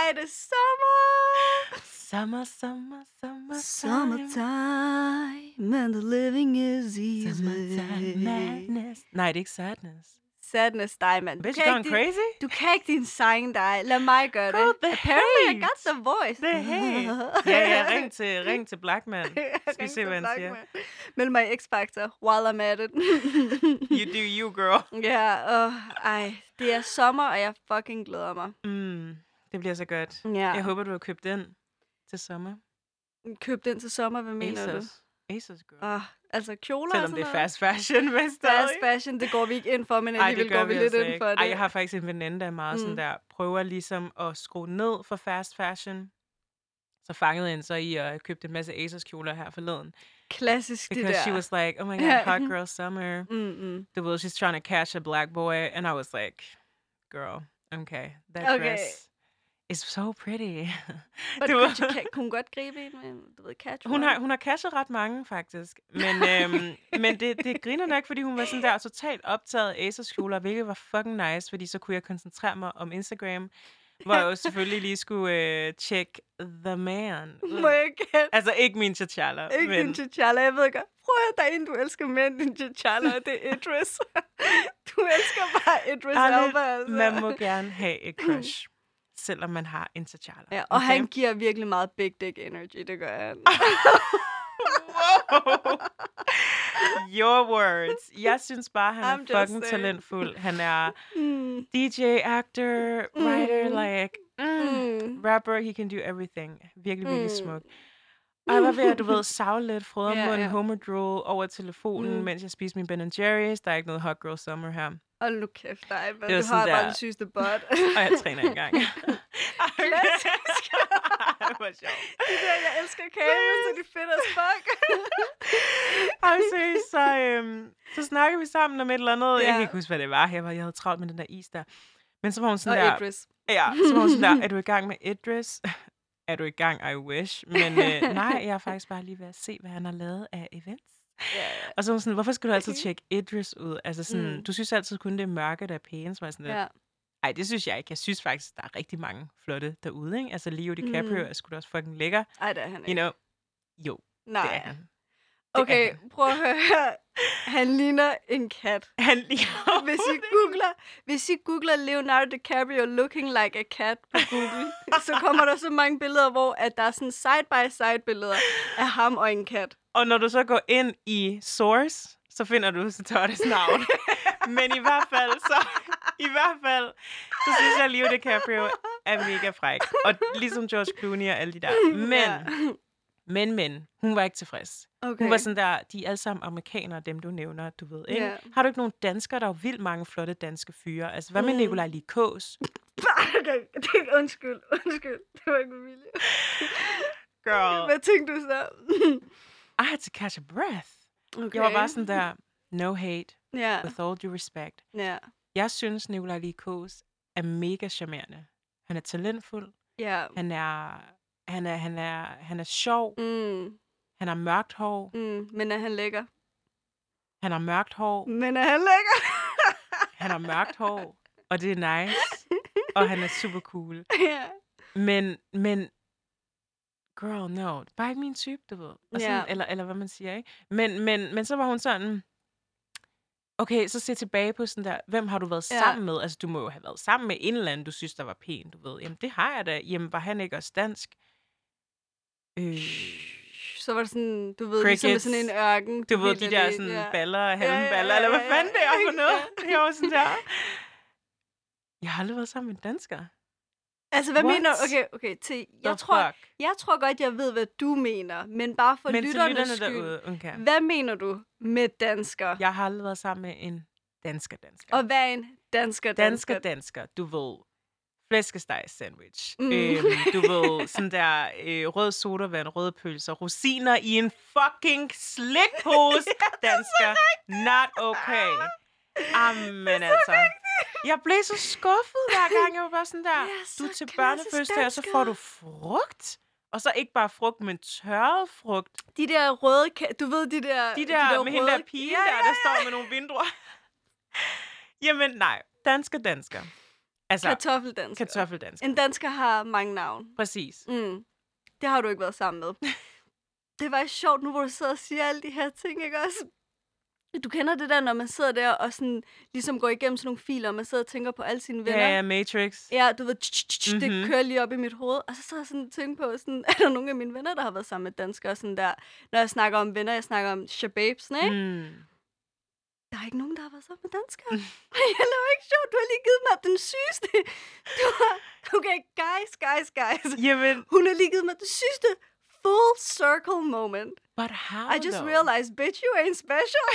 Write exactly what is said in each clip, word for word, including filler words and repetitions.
Ej, det er sommer. Summer, summer, summer, Summertime, and the living is easy. Summertime madness. Nej, det er ikke sadness. Sadness, dig, mand. Bitch, going crazy? Du kan ikke din sang, dig. Lad mig gøre Girl, det. the Apparently, hate. I got the voice. The hate. Ja, ja, ring til, ring til Blackman. Skal vi se, hvad han siger. Meld mig i X-Factor, while I'm at it. You do you, girl. Ja, og ej, det er sommer, og jeg fucking glæder mig. Mm, det bliver så godt. Ja. Jeg håber, du har købt den til sommer. Køb den til sommer, hvad mener Asos. du? Asos, girl. Oh, altså kjoler Selvom og sådan det er noget. fast fashion, men stadig. Fast fashion, det går vi ikke ind for, men Ej, alligevel det gør går vi, vi lidt altså ind ikke. for det. Ej, jeg har faktisk en veninde, der er meget Mm. sådan der, prøver ligesom at skrue ned for fast fashion. Så fangede jeg hende så i at købe en masse Asos kjoler her forleden. Klassisk det Because der. she was like, oh my god, hot girl summer. Mm-mm. The will, she's trying to catch a black boy. And I was like, girl, okay, that Okay. dress is so pretty. But Det could var- you, ca- kunne hun godt gribe en med, du ved, catch Hun one? har, hun har catchet ret mange, faktisk. Men, øhm, men det, det griner nok, fordi hun var sådan der totalt optaget af Asos kjoler, hvilket var fucking nice, fordi så kunne jeg koncentrere mig om Instagram, hvor jeg jo selvfølgelig lige skulle øh, tjekke the man. Må jeg gætte? Altså ikke min T'Challa, Ikke men din T'Challa, jeg ved godt. Prøv at der er en, du elsker mere end din T'Challa, og det er Idris. Du elsker bare Idris Alle- Elba, altså. man må gerne have et crush, selvom man har en T'Challa. Ja, og okay? han giver virkelig meget big dick energy, det gør han. Wow. Your words. Jeg synes bare, han I'm er just fucking saying. talentfuld. Han er Mm. D J, actor, writer, Mm. like, mm, Mm. rapper. He can do everything. Virkelig, virkelig Mm. smuk. Og jeg var ved at, du ved, savle lidt Ja, frødermunden, ja. homer drool over telefonen, Mm. mens jeg spiste min Ben and Jerry's. Der er ikke noget hot girl summer her. Hold nu kæft dig, men Det var du sådan har bare der- den sygeste bot. Og jeg træner ikke engang. Klassisk. Det var sjovt. Det der, jeg elsker kage, så de fedt as fuck. Ej, seriøst, så, øhm, så snakkede vi sammen om et eller andet. Ja. Jeg kan ikke huske, hvad det var. Jeg, var, jeg havde travlt med den der is der. Men så var hun sådan Og der... Idris. Ja, så var hun sådan der, er du i gang med Idris? Er du i gang? I wish. Men øh, nej, jeg er faktisk bare lige ved at se, hvad han har lavet af events. Ja, ja. Og så var hun sådan, hvorfor skal du altid Okay. tjekke Idris ud? Altså sådan, Mm. du synes altid kun, det er mørke, der er pæne. Så var jeg sådan, Ja. ja. Ej, det synes jeg ikke. Jeg synes faktisk, der er rigtig mange flotte derude, ikke? Altså Leo DiCaprio Mm. er sgu da også fucking lækker. Ej, det er han You ikke. know, jo, Nej. det er han. Det er Okay, han. prøv at høre her. Han ligner en kat. Han ligner Hvis I googler, hvis I googler Leonardo DiCaprio looking like a cat på Google, så kommer der så mange billeder, hvor at der er sådan side-by-side billeder af ham og en kat. Og når du så går ind i Source, så finder du Tottes navn. Men i hvert fald, så, i hvert fald, så synes jeg, at Leo DiCaprio er mega fræk. Og ligesom George Clooney og alle de der. Men, Ja. men, men, hun var ikke tilfreds. Okay. Hun var sådan der, de er alle sammen amerikanere, dem du nævner, du ved, ikke? Ja. Har du ikke nogen danskere? Der er jo vildt mange flotte danske fyre. Altså, hvad med Mm. Nikolaj Likås? Okay, det er undskyld, undskyld. Det var ikke med vilje. Girl, Hvad tænkte du så? I had to catch a breath. Okay. Jeg var bare sådan der, no hate, Ja, with all due respect. ja, Jeg synes, Nikolaj Likås er mega charmerende. Han er talentfuld. ja. Han er, han er, han er, han er sjov. Mm, Han har mørkt hår. mm, men er han lækker? Han har mørkt hår. Men er han lækker? Han har mørkt hår. Og det er nice. Og han er super cool. Ja. Men, men, girl, no. Bare ikke min type, du ved. Og sådan, Ja. eller, eller hvad man siger, ikke? Men, men, men så var hun sådan, okay, så se tilbage på sådan der, hvem har du været Ja. sammen med? Altså, du må jo have været sammen med en eller anden, du synes, der var pæn, du ved. Jamen, det har jeg da. Jamen, var han ikke også dansk? Øh, Så var det sådan, du ved, ligesom med Crickets. sådan en ørken. du ved, helt de der alene, sådan ja. baller, ja, halmballer, ja, eller hvad ja, fanden det er for ja. noget? Jeg var sådan der. Jeg har aldrig været sammen med en dansker. Altså, hvad What? mener du? Okay, okay, til, The jeg tror, fuck? jeg tror godt, jeg ved, hvad du mener, men bare for Men til lytternes lytterne skyld. derude, okay. Hvad mener du med dansker? Jeg har aldrig været sammen med en dansker dansker. Og hvad er en dansker dansker dansker? dansker, du ved, flæskesteg sandwich, Mm. øhm, du ved, sådan der øh, rød sodavand, røde pølser, rosiner i en fucking slikpose, dansker, not okay. Amen altså. Jeg blev så skuffet hver gang, jeg var bare sådan der, Det er så du er til klassisk børnefødselsdag, og så dansker. får du frugt. Og så ikke bare frugt, men tørret frugt. De der røde, ka- du ved, de der... De der, de med hende røde- der pige ja, der, ja, der ja. står med nogle vinduer. Jamen nej, dansker dansker. Altså, kartoffeldansker. kartoffeldansker. En dansker har mange navne. Præcis. Mm. Det har du ikke været sammen med. Det var sjovt nu, hvor du sidder og siger alle de her ting, ikke også? Du kender det der, når man sidder der og sådan, ligesom går igennem sådan nogle filer, og man sidder og tænker på alle sine venner. Ja, ja, Matrix. Ja, du ved, tch, tch, tch, Mhm. det kører lige op i mit hoved. Og så sidder jeg sådan og tænker på, sådan, er der nogle af mine venner, der har været sammen med danskere? Sådan der, når jeg snakker om venner, jeg snakker om shababsen, ikke? Mm. Der er ikke nogen, der har været sammen med danskere. Jeg laver ikke sjovt. Du har lige givet mig den sygeste. Du har... Okay, guys, guys, guys. Jamen, Hun har lige givet mig den sygeste full circle moment. but how I just though? realized, bitch, you ain't special.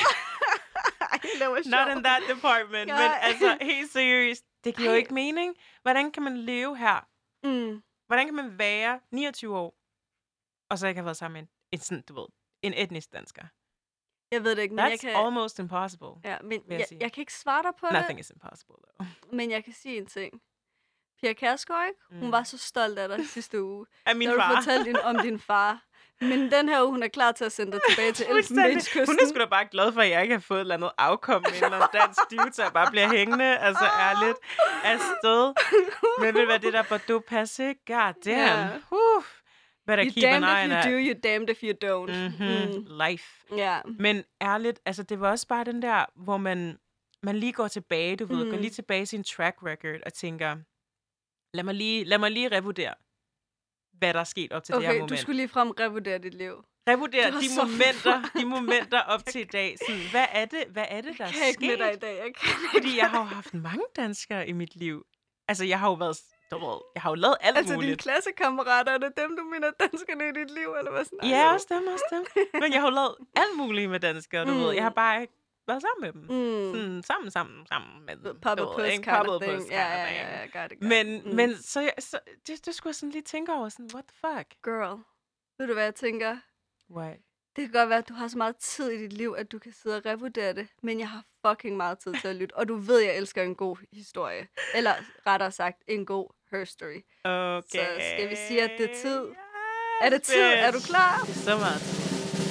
Jeg laver sjovt. Not in that department. Nej. Men altså, helt seriøst, det giver jo Ej. ikke mening. Hvordan kan man leve her? Mm. Hvordan kan man være niogtyve år, og så ikke have været sammen med en, en, sådan, du ved, en etnisk dansker? Jeg ved det ikke, men That's jeg kan... almost impossible. Ja, men vil jeg jeg, sige. jeg kan ikke svare dig på Nothing is impossible, though. det, men jeg kan sige en ting. Pia Kjærsgaard, ikke? Hun Mm. var så stolt af dig sidste uge. Af min da du far. fortalte din, om din far. Men den her uge, hun er klar til at sende dig tilbage til Fuldstændig. Elfenbenskysten. Hun er sgu da bare glad for, at jeg ikke har fået et eller andet afkom med en eller anden dansk stiv, så jeg bare bliver hængende, altså ærligt, afsted. Men ved du hvad, det der Bordeaux pas, ikke? God damn. Ja. Uh, better You keep an damned eye on if that. you do, you damned if you don't. Mm-hmm. Mm. Life. Ja. Men ærligt, altså det var også bare den der, hvor man, man lige går tilbage, du ved, Mm. går lige tilbage i sin track record og tænker, lad mig lige, lad mig lige revurdere, hvad der er sket op til det her Okay, moment. du skulle lige frem revurdere dit liv. Revurdere Du var de så momenter, fucking- de momenter op til i dag. Sådan, hvad er det, hvad er det, der Jeg er kan ikke med dig i sket? dag. Jeg kan ikke. Fordi jeg har jo haft mange danskere i mit liv. Altså, jeg har jo været, du ved, jeg har jo lavet alt Altså, dine muligt. klassekammerater, er det dem, du mener danskerne i dit liv, eller hvad sådan? Ja, også dem, også dem. Men jeg har jo lavet alt muligt med danskere, du Mm. ved. Jeg har bare ikke været sammen med dem. Mm. Sådan, sammen, sammen, sammen med dem. Poppet du ved, puss ikke? kind of Poppet thing. puss Ja, kind of ja, thing. ja, ja, got it, got Men, it. Mm. men så, jeg- så det, det skulle jeg sådan lige tænke over, sådan, what the fuck? Girl, ved du hvad jeg tænker? What? Det kan godt være, at du har så meget tid i dit liv, at du kan sidde og revurdere det, men jeg har fucking meget tid til at lytte, og du ved, jeg elsker en god historie. Eller rettere sagt, en god herstory. Okay. Så skal vi sige, at det er tid? Yes, Er det tid? Er du bitch. klar? Det er så meget tid.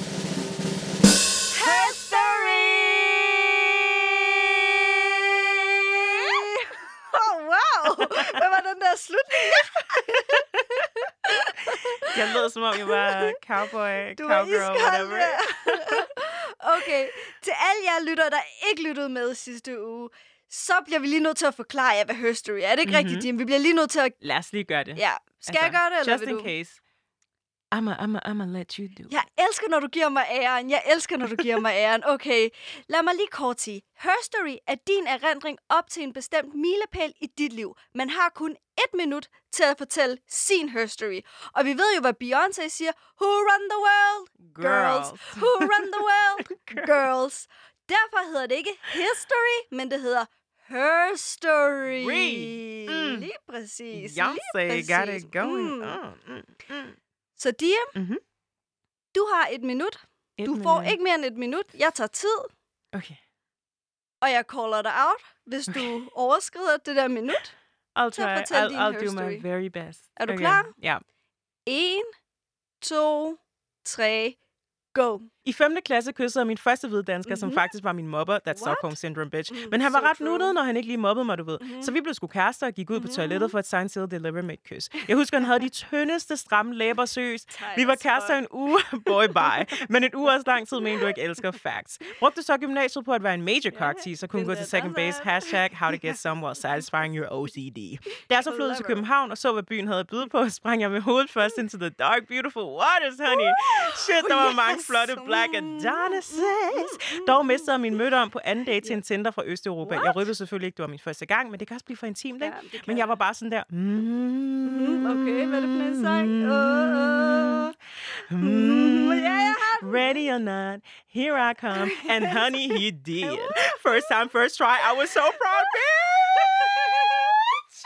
Herstory! Oh, wow! Hvad var den der slutning? Jeg lød som om, jeg var cowboy, Du var cowgirl, iskold whatever. der. Okay, til alle jer lyttere, der ikke lyttede med sidste uge, så bliver vi lige nødt til at forklare jer, hvad herstory er. Er det ikke mm-hmm. rigtigt, Jim? Vi bliver lige nødt til at... Lad os lige gøre det. Ja, skal jeg gøre det, eller just vil in du? case. I'ma, I'ma, I'ma let you do it. Jeg elsker, når du giver mig æren. Jeg elsker, når du giver mig æren. Okay, lad mig lige kort sige. Herstory er din erindring op til en bestemt milepæl i dit liv. Man har kun et minut til at fortælle sin herstory. Og vi ved jo, hvad Beyoncé siger. Who run the world? Girls. Who run the world? Girls. Derfor hedder det ikke history, men det hedder her story. Mm. Lige præcis. Beyoncé lige got præcis. it going Mm. on. Mm, mm. Så Dia, Mhm. du har et minut. Et Du får minut. ikke mere end et minut. Jeg tager tid, Okay. og jeg caller dig out, hvis du overskrider det der minut. I'll Så try. fortæl I'll, din I'll do herstory. my very best. Er du Okay. klar? Ja. En, to, tre, go. I femte klasse kyssede jeg min første hvide dansker, mm-hmm. som Mhm. faktisk var min mobber. That's What? Stockholm Syndrome, bitch. Mm, Men han var so ret true. nuttet, når han ikke lige mobbede mig, du ved. Mhm. Så vi blev sgu kærester og gik ud på Mhm. toilettet for at sign, seal, deliver med et kys. Jeg husker, han havde de tyndeste, stramme læber, seriøst. Tight Vi var as kærester fuck. en uge, boy bye. Men en uge er så lang tid, men du ikke elsker facts. Brugte så gymnasiet på at være en major cocktease, så kunne been gå til there, second done base, that. hashtag how to get some while satisfying your O C D. Da jeg så flyttede til Clever. København og så, hvad byen havde at byde på, sprang jeg med hovedet først into the dark, beautiful waters, honey. Shit, der var mange Yes. flotte black Adonises. Dog mistede jeg min møde om på anden dag til en Tinder fra Østeuropa. What? Jeg røbede selvfølgelig ikke, det var min første gang, men det kan også blive for intimt, ikke? Ja, det kan Men jeg var bare sådan der... Mhm, Mm, okay, hvad er det for en sang? Mm, Åh, mm, ja, jeg har den. Ready or not, here I come. And honey, he did. First time, first try. I was so proud, bitch!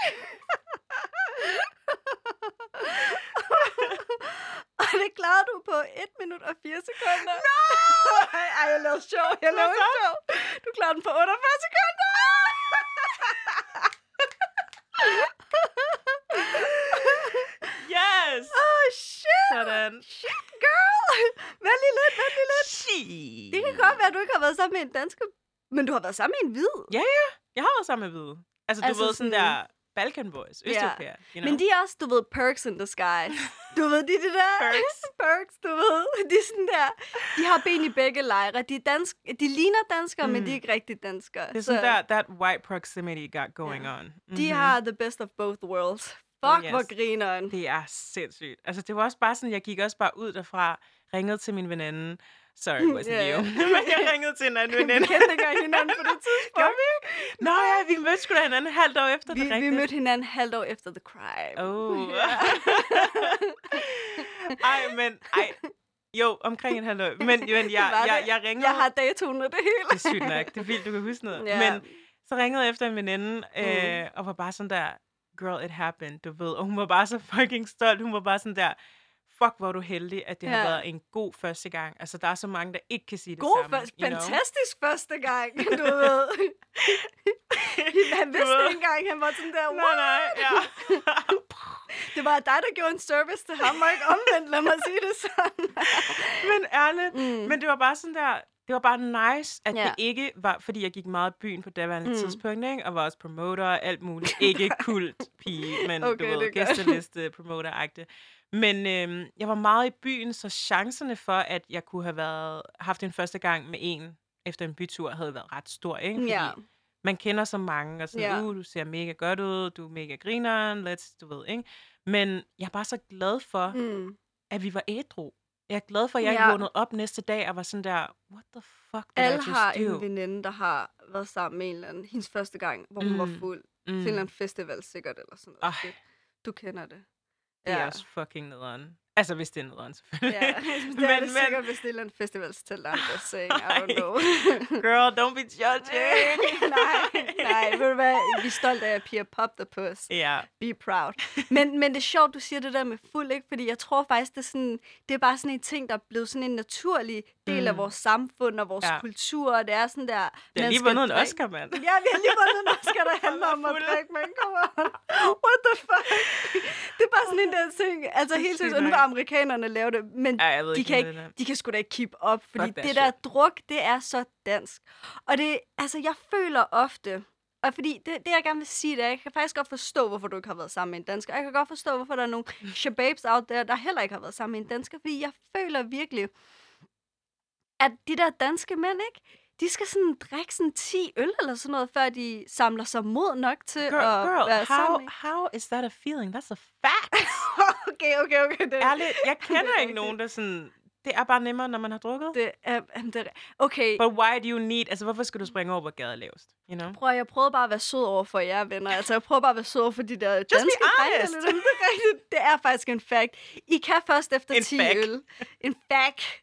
Og det klarede du på et minut og fire sekunder. No! Ej, ej, jeg lavede sjov. Jeg lavede Hvad så? sjov. Du klarede den på otteogfyrre sekunder. Yes! Oh, shit. Sådan. Shit, girl. Vent lige lidt, vent lige lidt. Shit. Det kan godt være, at du ikke har været sammen med en dansker, men du har været sammen med en hvid. Ja, ja. Jeg har været sammen med hvide. Altså, du Altså ved sådan sådan- der... Balkan Boys, Østeuropæer. Ja. You know? Men de er også, du ved, perks in disguise. Du ved, de, de der Perks. perks, du ved. De er sådan der, de har ben i begge lejre. De, er dansk, de ligner danskere, mm. men de er ikke rigtig danskere. Det er sådan der, that white proximity got going Ja. on. Mm-hmm. De har the best of both worlds. Fuck, Oh, yes. hvor grineren. Det er sindssygt. Altså, det var også bare sådan, jeg gik også bare ud derfra, ringede til min veninde. Sorry, it wasn't Ja, ja. you. Men jeg ringede til en anden Vi veninde. kendte ikke hinanden på det tidspunkt. Gør vi? Nå ja, vi mødte sgu da hinanden halvt år efter, Vi, det er vi rigtigt. mødte hinanden halvt år efter The Crime. Oh. Ja. Ej, men... Ej. Jo, omkring en halvt år. Men, men jeg, Det var jeg, det. jeg ringede... Jeg har datoen og det hele. Det er sygt nok. Det er vildt, du kan huske noget. Ja. Men så ringede jeg efter en veninde, øh, og var bare sådan der, girl, it happened, du ved. Og hun var bare så fucking stolt. Hun var bare sådan der, fuck, hvor er du heldig, at det ja. har Ja. været en god første gang. Altså, der er så mange, der ikke kan sige det God, samme. første, you know? fantastisk første gang, du ved. Han vidste ved. ikke engang, han var sådan der, Nej, what? nej, ja. Det var dig, der gjorde en service til ham, og ikke omvendt, lad mig sige det sådan. Men ærligt, Mm. men det var bare sådan der, det var bare nice, at Ja. det ikke var, fordi jeg gik meget i byen på daværende Mm. tidspunkt, ikke? Og var også promoter og alt muligt. Ikke kult pige, men Okay, du ved, det er godt. gæsteliste, promoter-agtigt. Men øhm, jeg var meget i byen, så chancerne for, at jeg kunne have været, haft en første gang med en efter en bytur, havde været ret stor, ikke? Fordi Ja. man kender så mange, og sådan, Ja. uh, du ser mega godt ud, du er mega grineren, let's, du ved, ikke? Men jeg er bare så glad for, Mm. at vi var ædru. Jeg er glad for, at jeg Ja. ikke vågnede op næste dag og var sådan der, what the fuck did Alle I just har do? en veninde, der har været sammen med en eller anden, hendes første gang, hvor hun Mm. var fuld. Mm. Til en eller anden festival sikkert, eller sådan noget. Ej. shit. Du kender det. Det er Ja. også fucking nederen. Altså, hvis det er nederen, selvfølgelig. Ja, det er det sikkert, hvis det er en eller anden festivalstelt, I'm just saying, I don't know. Girl, don't be judging. nej, nej, ved du hvad, vi er stolte af at Pia pop the puss. Ja. Be proud. Men, men det er sjovt, du siger det der med fuld, ikke? Fordi jeg tror faktisk, det er, sådan, det er bare sådan en ting, der er blevet sådan en naturlig del af Mm. vores samfund og vores Ja. kultur. Og det er sådan der... Det har man lige skal vundet en drikke- Oscar, mand. Ja, vi har lige vundet en Oscar, der handler om at fulde. drikke, men come on. What the fuck? Det er bare sådan en der ting. Altså helt Sygt seriøst, og nu vil nok. amerikanerne lave det, men Ej, jeg ved de ikke, kan hvad ikke, det er. de kan sgu da ikke keep up, fordi Fuck that det der shit. druk, det er så dansk. Og det, altså jeg føler ofte, og fordi det, det jeg gerne vil sige, det er, jeg kan faktisk godt forstå, hvorfor du ikke har været sammen med en dansker. Jeg kan godt forstå, hvorfor der er nogle shababes out there, der heller ikke har været sammen med en dansker, fordi jeg føler virkelig, at de der danske mænd, ikke? De skal sådan drikke sådan ti øl eller sådan noget, før de samler sig mod nok til Girl, at girl være how, sammen. how is that a feeling? That's a fact. okay, okay, okay. Det, Ærligt, jeg Det kender er ikke rigtigt. nogen, der sådan... Det er bare nemmere, når man har drukket. det er, jamen, det er, okay. But why do you need... Altså, hvorfor skal du springe over, hvor gaden er lavest? You know? Prøv, jeg prøvede bare at være sød over for jer, venner. Altså, jeg prøver bare at være sød over for de der danske drenge. honest. eller- Det er rigtigt. Det er faktisk en fact. I kan først efter En ti fact. øl. En fact.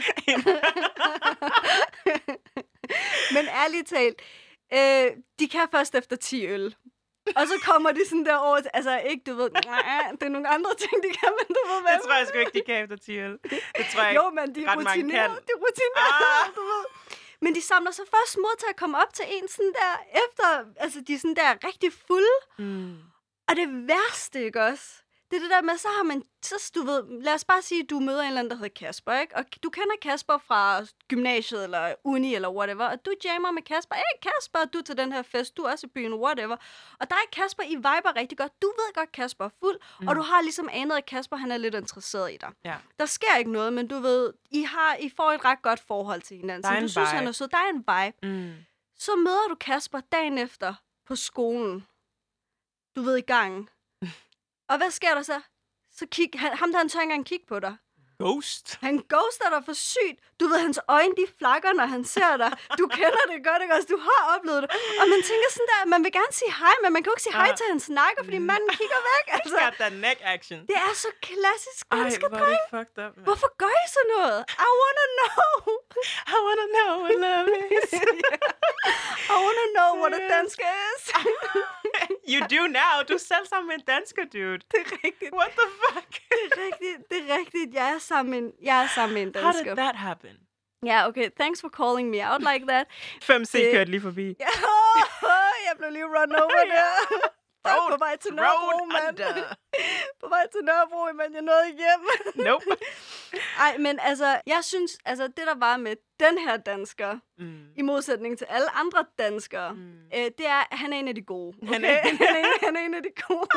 Men ærligt talt, øh, de kan først efter ti øl. Og så kommer de sådan der over, altså ikke, du ved, "Nah, det er nogle andre ting, de kan, men du ved, hvad Det tror jeg sgu ikke, de kan efter ti øl. Det tror jeg ikke. Jo, men de er ret mange rutineret, kan. de er rutineret, Ah. du ved. Men de samler sig først mod til at komme op til en sådan der, efter, altså de er sådan der rigtig fulde. Mm. Og det værste, ikke også? Det er det der med, så har man, så du ved, lad os bare sige, at du møder en eller anden, der hedder Kasper, ikke? Og du kender Kasper fra gymnasiet, eller uni, eller whatever, og du jammer med Kasper. Hey Kasper, du er til den her fest, du er også i byen, whatever. Og der er Kasper, I viber rigtig godt. Du ved godt, Kasper er fuld, mm. og du har ligesom anet, at Kasper, han er lidt interesseret i dig. Ja. Der sker ikke noget, men du ved, I, har, I får et ret godt forhold til hinanden. Der er Så en du synes, vibe. han er sød. Der er en vibe. Mm. Så møder du Kasper dagen efter på skolen. Du ved, i gangen. Og hvad sker der så? Så kig, han, ham der, han tør ikke engang kigge på dig. Ghost. Han ghoster dig for sygt. Du ved, hans øjne, de flakker, når han ser dig. Du kender det godt, ikke også? Du har oplevet det. Og man tænker sådan der, man vil gerne sige hej, men man kan jo ikke sige hej til hans nakker, fordi manden kigger væk. Altså, Got that neck action. det er så klassisk Ej, danske hvor er det dreng. fucked up, man. Hvorfor gør I sådan noget? I wanna know. I wanna know what love is. I wanna know what a dansker is. You do now. Du er selv sammen med en dansker, dude. Det er rigtigt. What the fuck? Det er rigtigt. Det er rigtigt. Jeg er sammen med en, jeg er sammen med en How dansker. did that happen? Ja, yeah, okay. Thanks for calling me out like that. fem C Det- kørte lige forbi. Ja, jeg blev lige run over der. Jeg er på vej til Nørrebro, Road mand. under. På vej til Nørrebro, men jeg nåede ikke hjem. Nope. Ej, men altså, jeg synes, altså det der var med den her dansker, Mm. i modsætning til alle andre danskere, Mm. øh, det er, at han er en af de gode. Okay? Han er- han, er, han er en af de gode.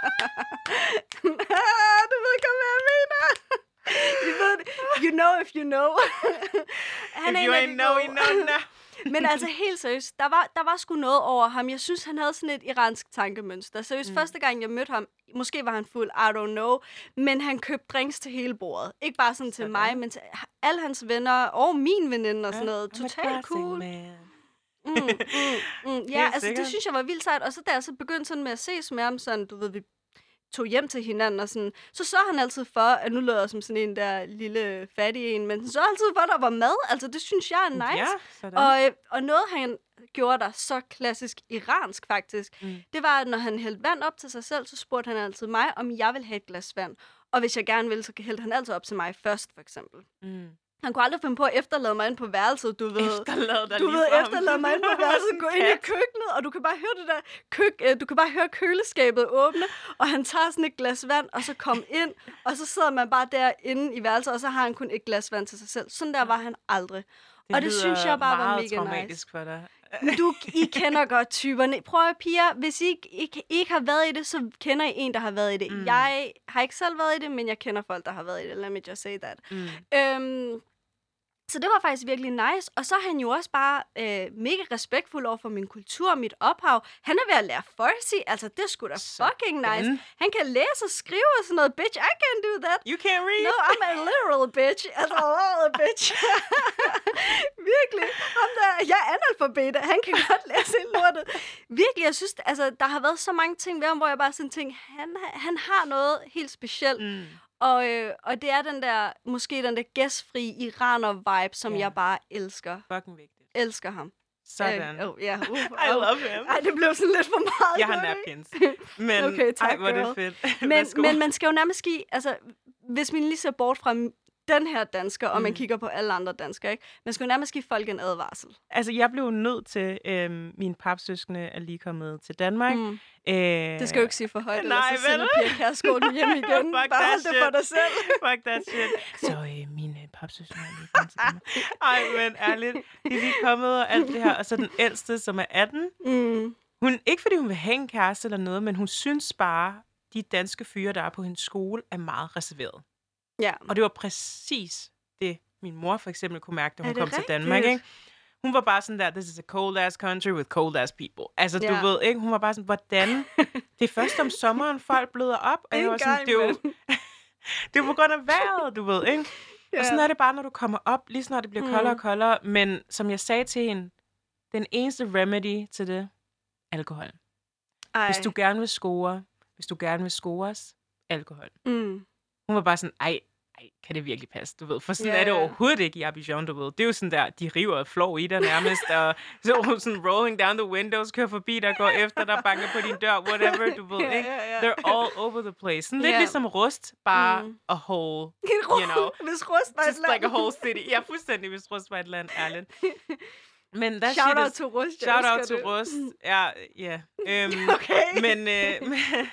Ah, du ved ikke, hvad jeg mener. You, ved, det. You know if you know. Han If er you en af ain't de know, gode. you know now. Men altså helt seriøst, der var, der var sgu noget over ham. Jeg synes, han havde sådan et iransk tankemønster. Seriøst, mm. første gang jeg mødte ham, måske var han fuld, I don't know, men han købte drinks til hele bordet. Ikke bare sådan til Sådan. mig, men til alle hans venner og min veninde og sådan noget. I'm a Totalt classic cool. man. Mm, mm, mm. Ja, Helt altså sikkert. det synes jeg var vildt sejt. Og så da jeg så begyndte sådan med at ses med ham, sådan, du ved, vi tog hjem til hinanden og sådan, så så han altid for, at nu lød jeg som sådan en der lille fattig en, men så altid for, at der var mad. Altså det synes jeg er nice. Ja, sådan. Og, øh, og noget, han gjorde der så klassisk iransk, faktisk, Mm. det var, at når han hældte vand op til sig selv, så spurgte han altid mig, om jeg ville have et glas vand. Og hvis jeg gerne ville, så hældte han altid op til mig først, for eksempel. Mm. Han kunne aldrig finde på at efterlade mig ind på værelset, du ved. Efterlad dig Du lige ved, frem. efterlade mig ind på værelset, gå ind i køkkenet, og du kan bare høre det der køk, øh, du kan bare høre køleskabet åbne, og han tager sådan et glas vand, og så kom ind, og så sidder man bare derinde i værelset, og så har han kun et glas vand til sig selv. Sådan der var han aldrig. Det og det synes jeg bare var mega traumatisk nice. for dig. Du, I kender godt typerne. Prøv at piger, hvis I ikke, ikke, ikke har været i det, så kender I en, der har været i det. Mm. Jeg har ikke selv været i det, men jeg kender folk, der har været i det. Let me just say that. Mm. Øhm, så det var faktisk virkelig nice. Og så er han jo også bare øh, mega respektfuld over for min kultur og mit ophav. Han er ved at lære Farsi. Altså, det er sgu da fucking nice. Sådan. Han kan læse og skrive og sådan noget. Bitch, I can't do that. You can't read? No, I'm a literal bitch. Altså, a literal bitch. Virkelig. Ham der, jeg er analfabet. Han kan godt læse hele lortet. Virkelig, jeg synes, altså, der har været så mange ting ved ham, hvor jeg bare sådan tænker, han, han har noget helt specielt. Mm. Og, øh, og det er den der, måske den der gæstfri iraner-vibe, som Ja. jeg bare elsker. Fucking vigtigt. Elsker ham. Sådan. Øh, oh, yeah. uh, I love him. Ej, det blev sådan lidt for meget. Jeg har gjorde det napkins. Men Okay, tak, ej, hvor er det girl. fedt. Men, Værsgo. men man skal jo nærmest give, altså, hvis man lige ser bort fra den her dansker, og man Mm. kigger på alle andre danskere, ikke? Man skal jo nærmest give folk en advarsel. Altså, jeg blev nødt til, øhm, mine papsøskende er lige kommet til Danmark. Mm. Øh, Det skal jo ikke sige for højt, Nej, ellers så sender vel? Pia Kærsgaard den hjem igen. Fuck Bare that hold det for shit. dig selv. Fuck that shit. Så øh, mine papsøskende er lige kommet til Danmark. Ej, men ærligt. De er lige kommet og alt det her. Og så den ældste, som er atten. Mm. Hun, ikke fordi hun vil have en kæreste eller noget, men hun synes bare, de danske fyre, der er på hendes skole, er meget reserveret. Ja. Og det var præcis det, min mor for eksempel kunne mærke, da Er hun det kom til rigtigt? Danmark. Ikke? Hun var bare sådan der, this is a cold-ass country with cold-ass people. Altså, Ja. du ved ikke, hun var bare sådan, hvordan? Det er først om sommeren, folk bløder op. Og jeg var sådan, det er jo, det er jo på grund af vejret, du ved, ikke? Ja. Og sådan er det bare, når du kommer op, lige snart det bliver Mm. koldere og koldere. Men som jeg sagde til hende, den eneste remedy til det, alkohol. Ej. Hvis du gerne vil score, hvis du gerne vil scores, alkohol. Mm. Hun var bare sådan, ej, ej, kan det virkelig passe, du ved? For sådan Ja, er det ja. overhovedet ikke i Abidjan, du ved. Det er jo sådan der, de river og flår i dig nærmest, og så sådan rolling down the windows, kører forbi der, går efter dig, banker på din dør, whatever, du ved, Ja, ikke? ja, ja. They're all over the place. Sådan lidt Ja. ligesom rust, bare Mm. a whole, You know, Hvis rust var et just land. like a whole city. Ja, fuldstændig, hvis rust var et land, ærligt. Men that Shout shit out is... to Rust. jeg Shout out elsker to det. Rust. Ja, ja. Øhm, Okay. Men, øh,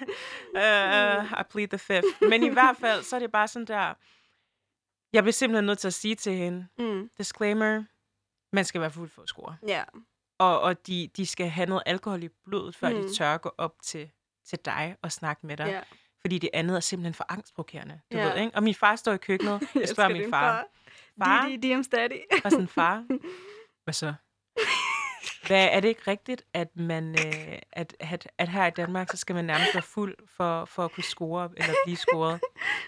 uh, I plead the fifth. Men i hvert fald, så er det bare sådan der... Jeg bliver simpelthen nødt til at sige til hende, Mm. disclaimer, man skal være fuld for at score. Ja. Og, og de, de skal have noget alkohol i blodet, før mm. Mm. de tør gå op til, til dig og snakke med dig. Ja. Fordi det andet er simpelthen for angstprovokerende. Du Ja. ved, ikke? Og min far står i køkkenet. Jeg spørger min far. Far? D D, D's daddy. Og sådan, far, hvad så? Hvad, er det ikke rigtigt, at man øh, at, at, at her i Danmark, så skal man nærmest være fuld for, for at kunne score eller blive scoret?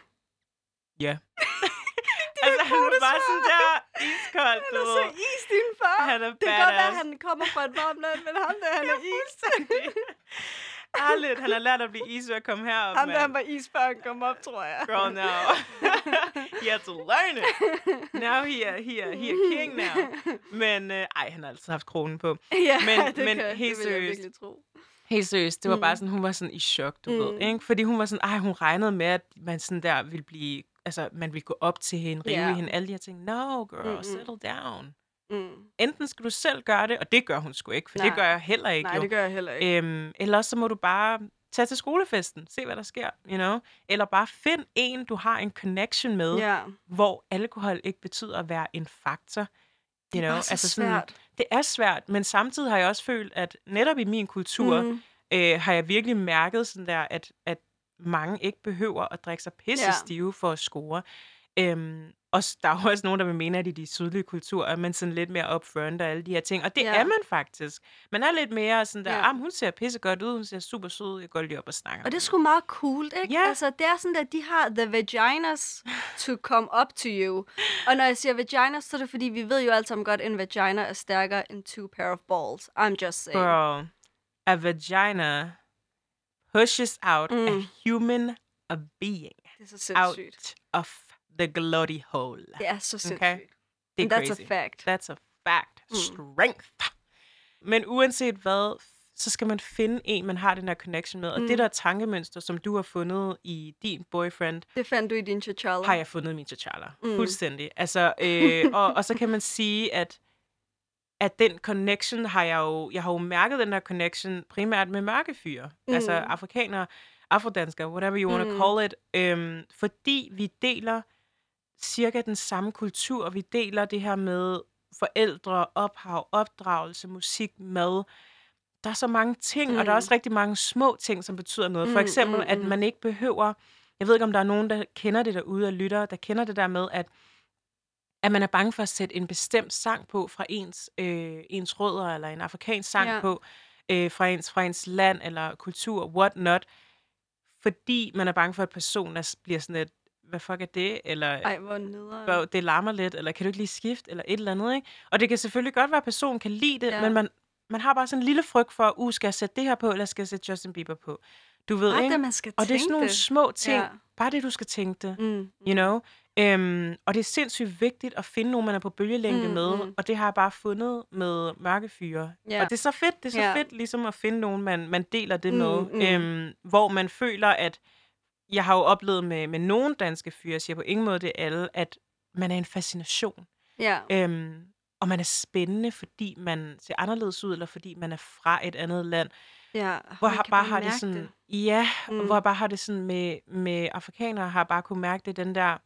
Ja. Altså, han var bare sådan der iskold, Han du er så ved. is, din far. Han er Det kan godt være, at badass. han kommer fra et varmt land, men ham der, han er is. Ærligt, han har lært at blive is ved at komme herop, Ham der, han mand. var is, før han kom op, tror jeg. Girl, now. He had to learn it. Now he er, he er, he er king now. Men, øh, ej, han har altid haft kronen på. Ja, Men- det men kan, helt det vil jeg seriøst. virkelig tro. Helt seriøst, det var Mm. bare sådan, hun var sådan i chok, du Mm. ved, ikke? Fordi hun var sådan, ej, hun regnede med, at man sådan der ville blive, altså, man ville gå op til hende, rive Ja. i hende, alle de her ting. No, girl, Mm-mm. settle down. Mm. Enten skal du selv gøre det, og det gør hun sgu ikke, for Nej. det gør jeg heller ikke, Nej, jo. det gør jeg heller ikke. Øhm, eller også så må du bare tag til skolefesten, se hvad der sker, you know? Eller bare find en, du har en connection med, Ja. hvor alkohol ikke betyder at være en faktor. Det er You know? bare så altså svært. Sådan, det er svært, men samtidig har jeg også følt, at netop i min kultur, Mm. øh, har jeg virkelig mærket sådan der, at, at mange ikke behøver at drikke sig pisse Ja. stive for at score. Øhm, og s- der er jo også nogen, der vil mene, at i de sydlige kulturer er man sådan lidt mere upfront og alle de her ting. Og det Ja. er man faktisk. Man er lidt mere sådan der, Ja. ja. ah, hun ser pisse godt ud, hun ser super sød ud, jeg går lige op og snakker. Og det er sgu meget cool, ikke? Ja. Altså, det er sådan, at de har the vaginas to come up to you. Og når jeg siger vaginas, så er det fordi, vi ved jo alle sammen godt, at en vagina er stærkere end two pair of balls. I'm just saying. Bro, a vagina pushes out Mm. a human a being Det er så out sindssygt. of the glory hole. Det er så sindssygt. Okay. Det er And that's crazy. a fact. That's a fact. Mm. Strength. Men uanset hvad, så skal man finde en, man har den her connection med. Og Mm. det der tankemønster, som du har fundet i din boyfriend, Det fandt du i din T'Challa. har jeg fundet i min T'Challa. Mm. Fuldstændig. Altså, øh, og, og så kan man sige, at at den connection har jeg jo, jeg har jo mærket den her connection primært med mørke fyre. Mm. Altså afrikanere, afrodanskere, whatever you want to Mm. call it. Øhm, fordi vi deler cirka den samme kultur, og vi deler det her med forældre, ophav, opdragelse, musik, mad. Der er så mange ting, mm. og der er Mm. også rigtig mange små ting, som betyder noget. For Mm, eksempel, mm, at mm. man ikke behøver, jeg ved ikke, om der er nogen, der kender det derude og lytter, der kender det der med, at at man er bange for at sætte en bestemt sang på fra ens, øh, ens rødder, eller en afrikansk sang Ja. på øh, fra, ens, fra ens land eller kultur, what not, fordi man er bange for, at personen er, bliver sådan et, hvad fuck er det? Eller Ej, hvor nederen. "Bro, det larmer lidt, eller kan du ikke lige skifte, eller et eller andet, ikke? Og det kan selvfølgelig godt være, at personen kan lide det, Ja. men man, man har bare sådan en lille frygt for, uh, skal jeg sætte det her på, eller skal jeg sætte Justin Bieber på? Du ved, Bare ikke? det, man skal Og det er tænke sådan nogle det. små ting. Ja. Bare det, du skal tænke det. Mm. You know? Øhm, og det er sindssygt vigtigt at finde nogen, man er på bølgelængde Mm, med. mm. Og det har jeg bare fundet med mørke fyre. Ja. Og det er så fedt, det er så Ja. fedt ligesom at finde nogen, man, man deler det Mm, med. mm. Øhm, hvor man føler, at jeg har jo oplevet med, med nogle danske fyre, jeg siger på ingen måde det er alle, at man er en fascination. Ja. Øhm, og man er spændende, fordi man ser anderledes ud, eller fordi man er fra et andet land. Ja. Hvor man jeg kan bare har det mærke sådan, ja, Mm. mm. hvor jeg bare har det sådan med, med afrikanere, har jeg bare kunne mærke det, den der,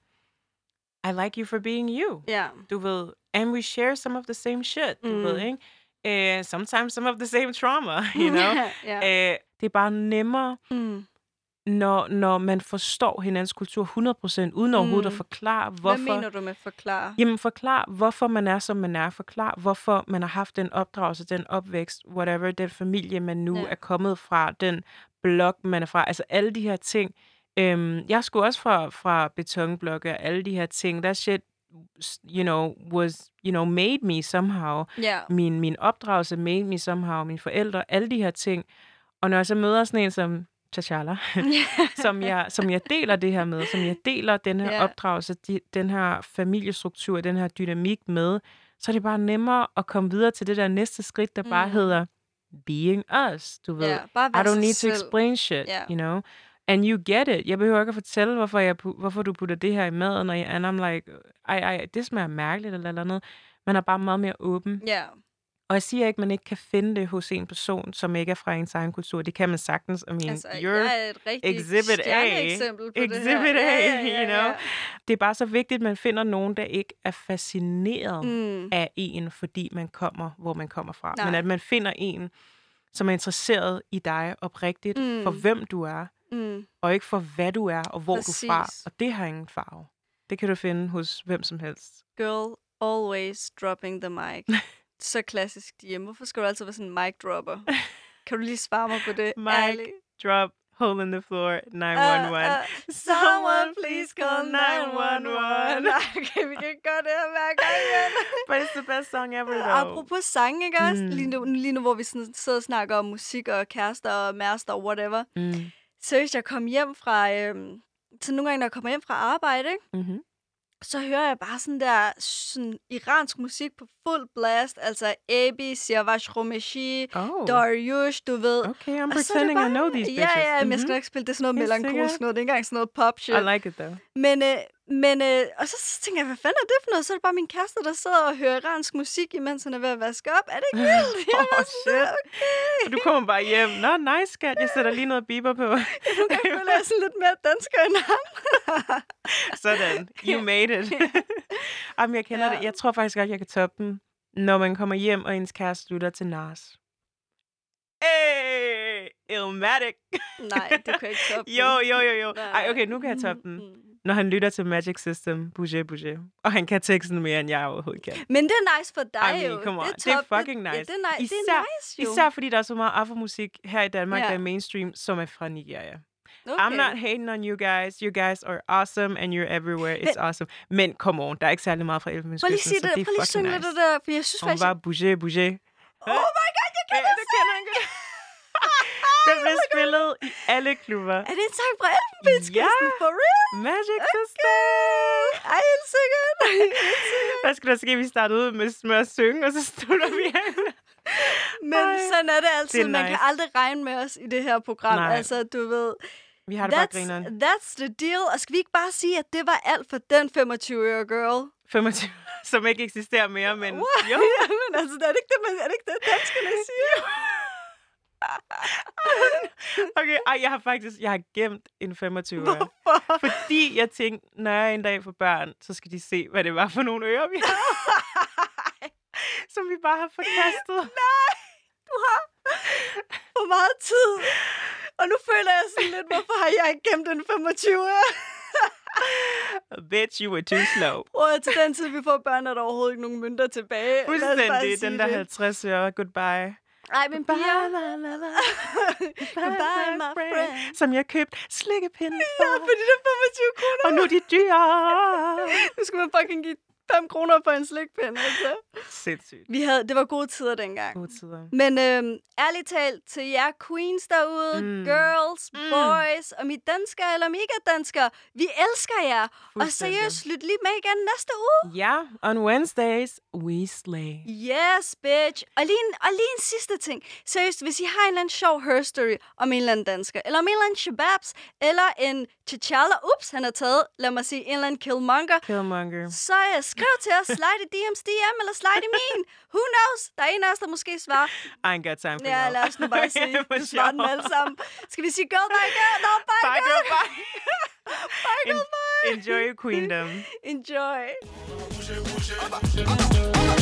I like you for being you. Ja. Du ved, and we share some of the same shit, du Mm. ved, ikke? Uh, sometimes some of the same trauma, you know? ja. uh, det er bare nemmere, Mm. når, når man forstår hinandens kultur hundrede procent, uden overhovedet Mm. at forklare, hvorfor. Hvad mener du med forklare? Jamen forklar, hvorfor man er, som man er. Forklar, hvorfor man har haft den opdragelse, den opvækst, whatever, den familie, man nu Ja. er kommet fra, den blok, man er fra. Altså alle de her ting. Øhm, jeg skulle også fra, fra betonblokke og alle de her ting. That shit, you know, was, you know, made me somehow. Ja. Min, min opdragelse made me somehow. Mine forældre, alle de her ting. Og når jeg så møder sådan en som T'Challa, som, jeg, som jeg deler det her med, som jeg deler den her Ja. opdragelse, de, den her familiestruktur, den her dynamik med, så er det bare nemmere at komme videre til det der næste skridt, der bare Mm. hedder being us, du ved. Ja, bare I være don't sig need to selv. explain shit, Ja. you know? And you get it. Jeg behøver ikke at fortælle, hvorfor, jeg, pu- hvorfor du putter det her i maden, og jeg, and I'm like, ej, ej, det smager mærkeligt, eller eller andet. Man er bare meget mere åben. Ja. Og jeg siger ikke, at man ikke kan finde det hos en person, som ikke er fra ens egen kultur. Det kan man sagtens. I mean, Altså, you're jeg er et rigtigt exhibit A. eksempel på Exhibit det her. A, Ja, ja, ja, you know? ja. Det er bare så vigtigt, at man finder nogen, der ikke er fascineret Mm. af en, fordi man kommer, hvor man kommer fra. Nej. Men at man finder en, som er interesseret i dig oprigtigt, Mm. for hvem du er, Mm. og ikke for hvad du er, og hvor Præcis. du er fra. Og det har ingen farve. Det kan du finde hos hvem som helst. Girl, always dropping the mic. Så klassisk D M. Hvorfor skal du altid være sådan en mic dropper? Kan du lige svare mig på det? Mic Ærligt. Drop, hole in the floor, nine one one. Uh, uh, someone please call nine one one. Okay, vi kan ikke gøre det her hver gang igen. But it's the best song ever, though. Apropos sang, ikke også? Mm. Lige, nu, lige nu, hvor vi sådan sidder og snakker om musik og kærester og mærster og whatever. Mm. Seriøst, jeg kom hjem fra... Øhm, så nogle gange, når jeg kommer hjem fra arbejde, ikke? Mm-hmm. så hører jeg bare sådan der sådan iransk musik på fuld blast. Altså Abi, Siavash Romeshi, Oh. Dariush, du ved. Okay, I'm Og så er det pretending bare- I know these bitches. Ja, ja, men jeg skal Mhm. nok ikke spille det er sådan noget Helt melankolsk sikkert. noget. Det er ikke engang sådan noget pop shit. I like it, though. Men, øh, Men, øh, og så, så tænker jeg, hvad fanden er det for noget? Så er det bare min kæreste, der sidder og hører iransk musik, imens han er ved at vaske op. Er det ikke vildt? Åh, oh, shit. Okay. Og du kommer bare hjem. Nå, nice, skat. Jeg sætter lige noget Bieber på. Ja, nu kan jeg føle, jeg er sådan lidt mere dansker end ham. Sådan. You made it. Jamen, jeg kender ja. det. Jeg tror faktisk godt, jeg kan toppe den, når man kommer hjem, og ens kæreste slutter til Nas. Hey, Illmatic. Nej, det kan jeg ikke toppe. Jo, jo, jo, jo. Ej, okay, nu kan jeg toppe den. Når han lytter til Magic System, Bouger, Bouger. Og han kan teksten mere, end jeg overhovedet kan. Men det er nice for dig, I mean, jo. Come on. Det er, det er fucking nice. Ja, det er, ni- især, det er nice, jo. Især fordi der er så meget afromusik her i Danmark, ja. der er mainstream, som er fra Nigeria. Okay. I'm not hating on you guys. You guys are awesome, and you're everywhere. It's awesome. Men come on, der er ikke særlig meget fra Elfenbenskysten, så det er fucking nice. Prøv lige synge lidt af det der, for jeg synes og faktisk... Hun var Bouger, Bouger. Oh my god, jeg kender det! kender han godt. Den blev spillet i alle klubber. Er det en sang fra Elfenbenskysten? Ja. For real? Magic okay. System. Ej, helt sikkert. Hvad skal der ske? Vi startede ud med, med at synge, og så slutter vi af. Men Ej, sådan er det altid. det er Man nice. kan aldrig regne med os i det her program. Nej. Altså, du ved... Vi har det that's, bare grineren. That's the deal. Og skal vi ikke bare sige, at det var alt for den femogtyve-årige girl? femogtyve, som ikke eksisterer mere, men What? jo. Jamen, altså, er det ikke det, man, er det, ikke det danskerne siger? Okay, ej, jeg har faktisk jeg har gemt en femogtyve. Hvorfor? Fordi jeg tænkte, når jeg en dag får børn, så skal de se, hvad det var for nogle ører, vi har. Som vi bare har forkastet. Nej, du har for meget tid. Og nu føler jeg sådan lidt, hvorfor har jeg ikke gemt en femogtyve? Bitch, you were too slow. Prøv til den tid, vi får børn, er der overhovedet ikke nogen mønter tilbage. Fuldstændig, den der halvtreds øre. Goodbye. Ej, men piger. Goodbye, my friend. Som jeg købte slikkepinden for. Ja, fordi det er femogtyve kroner. Og nu er de dyre. Nu skal man fucking give fem kroner på en slikpind, altså. Sindssygt. Vi havde, det var gode tider dengang. Gode tider. Men øhm, ærligt talt, til jer queens derude, mm. girls, mm. boys, og mit danskere eller mega-danskere, vi elsker jer. Og seriøst, lyt lige med igen næste uge. Ja, yeah, on Wednesdays, we slay. Yes, bitch. Og lige, en, og lige en sidste ting. Seriøst, hvis I har en eller anden sjov herstory om en eller anden dansker, eller om en eller anden shababs, eller en T'Challa, ups, han har taget, lad mig sige, en eller anden Killmonger. Killmonger. Så uh, skriv til os, slide i D M's D M, eller slide i min. Who knows? Der er en af os, der måske svarer. I ain't got time for Ja, lad os nu bare sige, du svarer dem alle sammen. Skal vi sige girl, bye girl? No, bye, bye girl. girl, bye. Bye girl, bye. Enjoy your queendom. Enjoy.